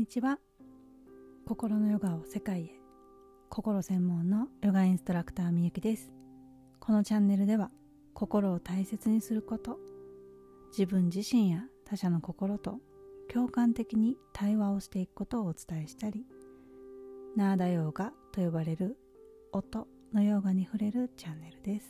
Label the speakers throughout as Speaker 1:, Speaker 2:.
Speaker 1: にちは。心のヨガを世界へ、心専門のヨガインストラクターみゆきです。このチャンネルでは心を大切にすること、自分自身や他者の心と共感的に対話をしていくことをお伝えしたり、ナーダヨーガと呼ばれる音のヨガに触れるチャンネルです。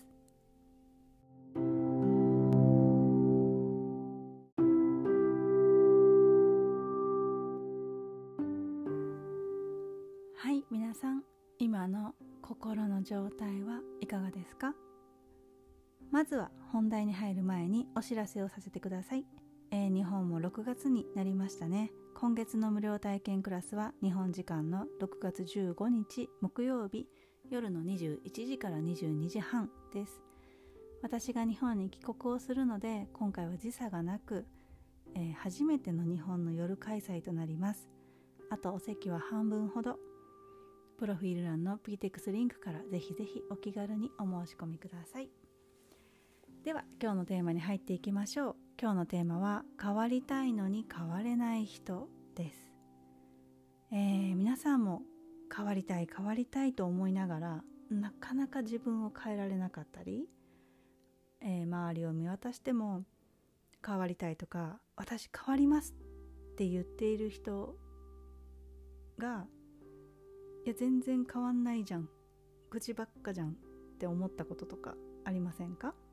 Speaker 1: はい、皆さん、今の心の状態はいかがですか？まずは本題に入る前にお知らせをさせてください。日本も6月になりましたね。今月の無料体験クラスは日本時間の6月15日木曜日夜の21時から22時半です。私が日本に帰国をするので、今回は時差がなく、初めての日本の夜開催となります。あとお席は半分ほど。プロフィール欄の PTX リンクからぜひぜひお気軽にお申し込みください。では今日のテーマに入っていきましょう。今日のテーマは変わりたいのに変われない人です。皆さんも変わりたいと思いながらなかなか自分を変えられなかったり、周りを見渡しても変わりたいとか私変わりますって言っている人が、いや全然変わんないじゃん、口ばっかじゃんって思ったこととかありませんか？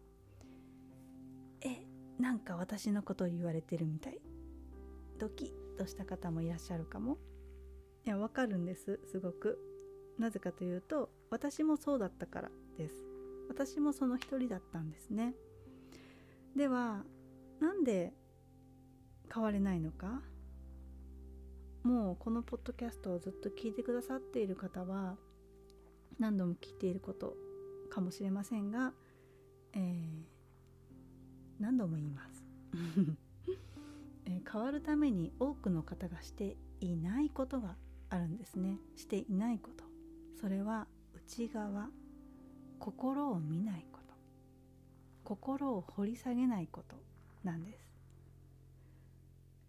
Speaker 1: なんか私のことを言われてるみたい、ドキッとした方もいらっしゃるかも。いや、わかるんです、すごく。なぜかというと、私もそうだったからです。私もその一人だったんですね。では、なんで変われないのか。もうこのポッドキャストをずっと聞いてくださっている方は何度も聞いていることかもしれませんが、何度も言います変わるために多くの方がしていないことがあるんですね。していないこと、それは内側、心を見ないこと、心を掘り下げないことなんです。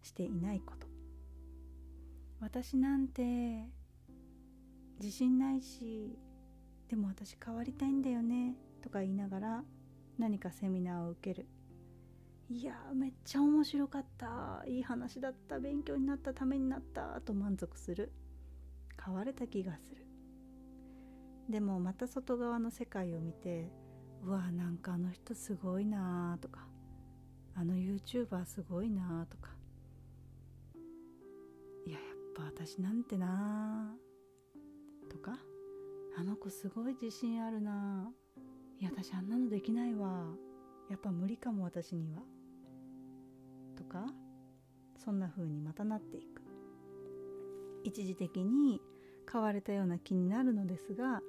Speaker 1: していないこと。私なんて自信ないし、でも私変わりたいんだよねとか言いながら何かセミナーを受ける。いやめっちゃ面白かった、いい話だった、勉強になった、ためになったと満足する。変われた気がする。でもまた外側の世界を見て、うわなんかあの人すごいなとか、あの YouTuber すごいなとか、いややっぱ私なんてなとか、あの子すごい自信あるな、いや私あんなのできないわ、やっぱ無理かも私にはとか、そんな風にまたなっていく。一時的に変われたような気になるのですが、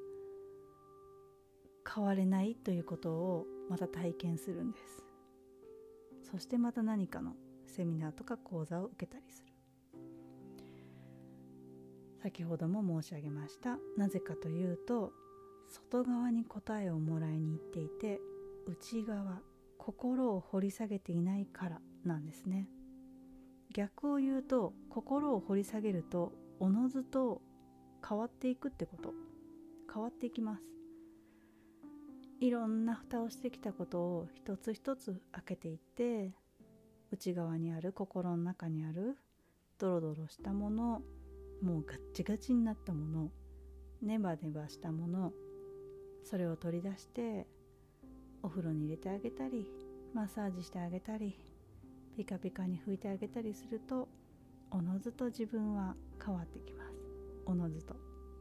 Speaker 1: 変われないということをまた体験するんです。そしてまた何かのセミナーとか講座を受けたりする。先ほども申し上げました。なぜかというと、外側に答えをもらいに行っていて、内側、心を掘り下げていないからなんですね。逆を言うと、心を掘り下げるとおのずと変わっていくってこと。変わっていきます。いろんな蓋をしてきたことを一つ一つ開けていって、内側にある、心の中にあるドロドロしたもの、もうガッチガチになったもの、ネバネバしたもの、それを取り出してお風呂に入れてあげたり、マッサージしてあげたり、ピカピカに拭いてあげたりすると、おのずと自分は変わってきます。おのずと、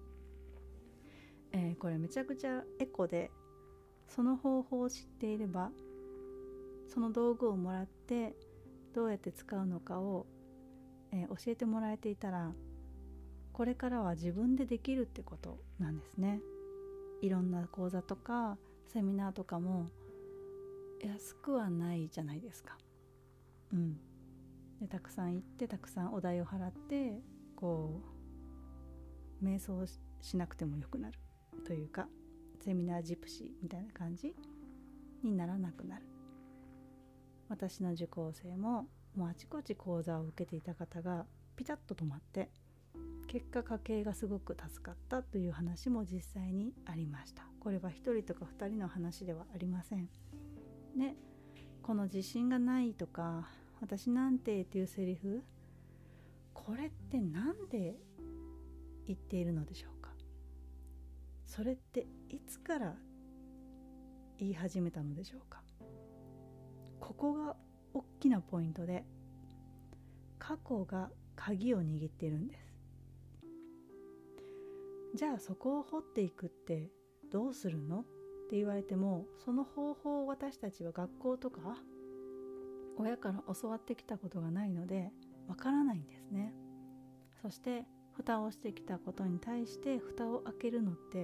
Speaker 1: これめちゃくちゃエコで、その方法を知っていれば、その道具をもらってどうやって使うのかを、教えてもらえていたら、これからは自分でできるってことなんですね。いろんな講座とかセミナーとかも安くはないじゃないですか。でたくさん行って、たくさんお代を払って、こう瞑想しなくてもよくなるというか、セミナージプシーみたいな感じにならなくなる。私の受講生ももうあちこち講座を受けていた方がピタッと止まって、結果家計がすごく助かったという話も実際にありました。これは一人とか二人の話ではありません。で、この自信がないとか私なんてっていうセリフ、これってなんで言っているのでしょうか。それっていつから言い始めたのでしょうか。ここが大きなポイントで、過去が鍵を握っているんです。じゃあそこを掘っていくってどうするのって言われても、その方法を私たちは学校とか親から教わってきたことがないのでわからないんですね。そして蓋をしてきたことに対して蓋を開けるのって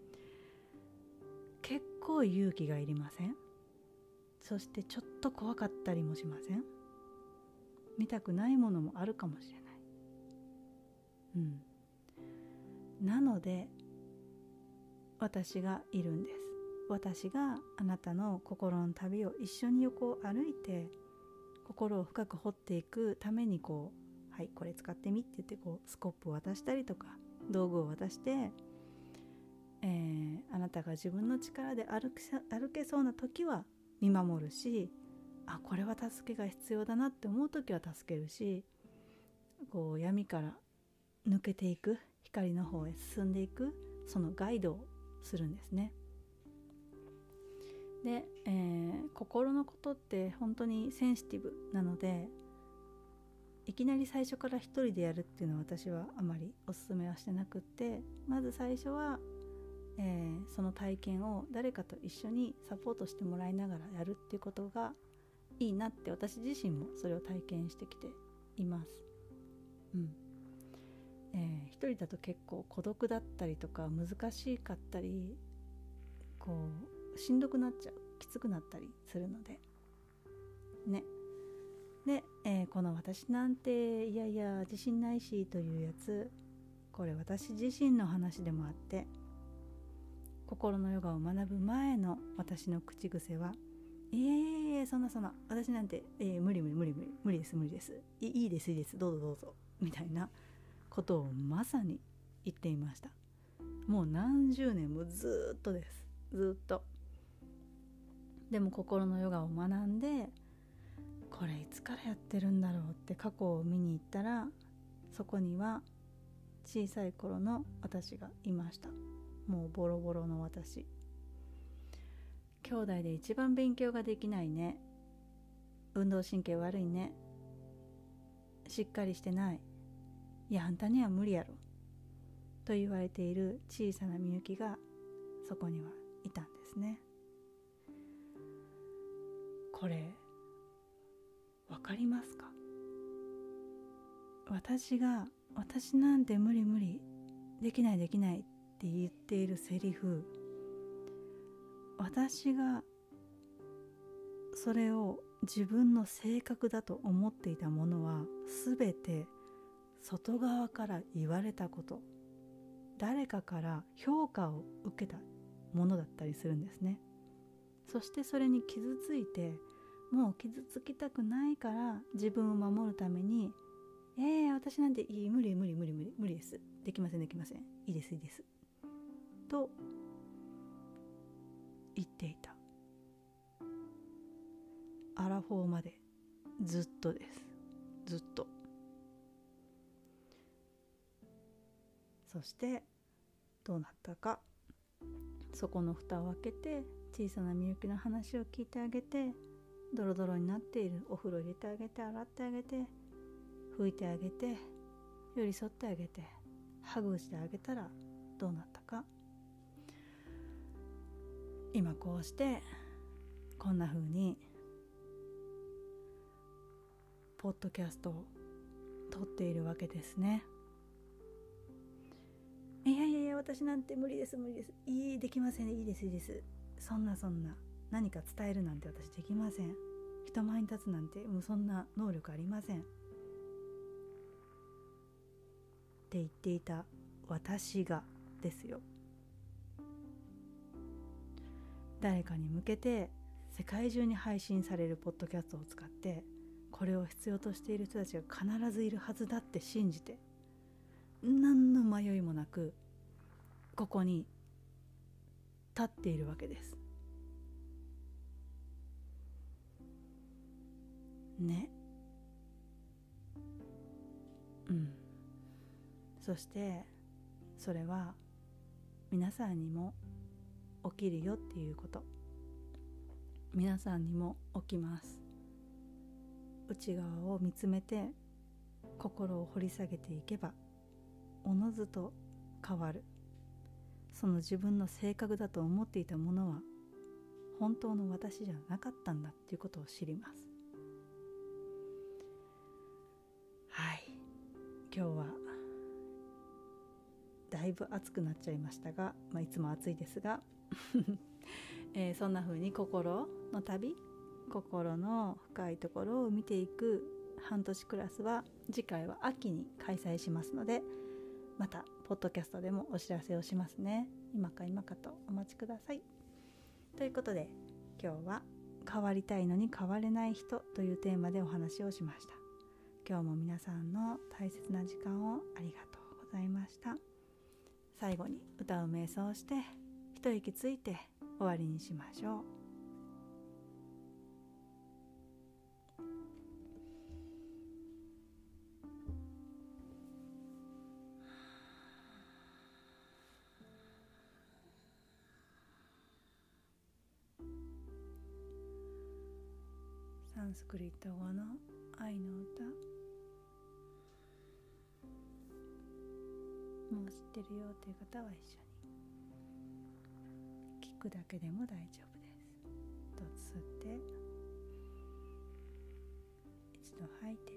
Speaker 1: 結構勇気がいりません？そしてちょっと怖かったりもしません？見たくないものもあるかもしれない。なので私がいるんです。私があなたの心の旅を一緒に横を歩いて、心を深く掘っていくためにはい、これ使ってみって言ってスコップを渡したりとか道具を渡して、あなたが自分の力で歩けそうな時は見守るし、これは助けが必要だなって思う時は助けるし、闇から抜けていく光の方へ進んでいく、そのガイドをするんですね。で、心のことって本当にセンシティブなので、いきなり最初から一人でやるっていうのは私はあまりおすすめはしてなくって、まず最初は、その体験を誰かと一緒にサポートしてもらいながらやるっていうことがいいなって、私自身もそれを体験してきています。一人だと結構孤独だったりとか難しかったり、しんどくなっちゃう、きつくなったりするのでね。で、この私なんていやいや自信ないしというやつ、これ私自身の話でもあって、心のヨガを学ぶ前の私の口癖は、いやそんな私なんて、無理ですいいですどうぞみたいなことをまさに言っていました。もう何十年もずっとです。ずっと。でも心のヨガを学んで、これいつからやってるんだろうって過去を見に行ったら、そこには小さい頃の私がいました。もうボロボロの私。兄弟で一番勉強ができないね、運動神経悪いね、しっかりしてない、いやあんたには無理やろと言われている小さなみゆきがそこにはいたんですね。これわかりますか？私なんて無理できないって言っているセリフ、私がそれを自分の性格だと思っていたものはすべて外側から言われたこと、誰かから評価を受けたものだったりするんですね。そしてそれに傷ついて、もう傷つきたくないから自分を守るために、私なんて無理です、できません、いいですと言っていた。アラフォーまでずっとです。ずっと。そしてどうなったか、そこの蓋を開けて小さなみゆきの話を聞いてあげて、ドロドロになっているお風呂入れてあげて、洗ってあげて、拭いてあげて、寄り添ってあげて、ハグしてあげたらどうなったか。今こうしてこんな風にポッドキャストを撮っているわけですね。いや私なんて無理です、できません、いいです、そんな何か伝えるなんて私できません、人前に立つなんてもうそんな能力ありませんって言っていた私がですよ。誰かに向けて世界中に配信されるポッドキャストを使ってこれを必要としている人たちが必ずいるはずだって信じて、何の迷いもなくここに立っているわけですね。そしてそれは皆さんにも起きるよっていうこと。皆さんにも起きます。内側を見つめて心を掘り下げていけばおのずと変わる。その自分の性格だと思っていたものは本当の私じゃなかったんだっていうことを知ります。はい、今日はだいぶ暑くなっちゃいましたが、いつも暑いですが、そんな風に心の旅、心の深いところを見ていく半年クラスは次回は秋に開催しますので、またポッドキャストでもお知らせをしますね。今かとお待ちください。ということで今日は変わりたいのに変われない人というテーマでお話をしました。今日も皆さんの大切な時間をありがとうございました。最後に歌う瞑想をして一息ついて終わりにしましょう。サンスクリット語の愛の歌、もう知ってるよという方は一緒に聞くだけでも大丈夫です。一つ吸って一度吐いて、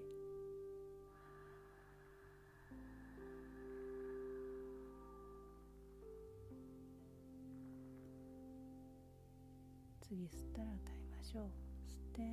Speaker 1: 次吸ったら歌いましょう。吸って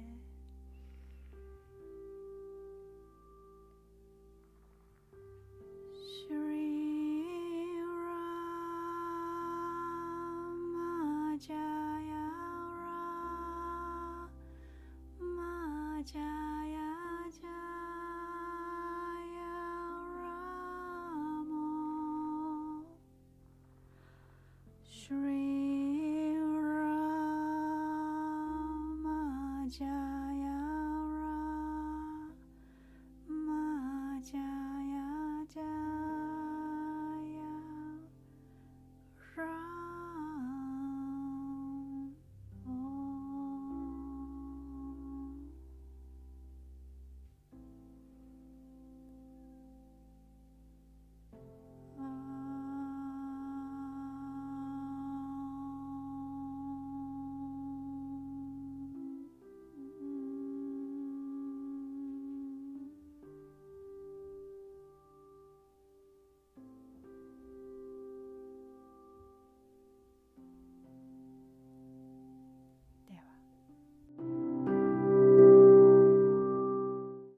Speaker 1: 、Shri Rama Jaya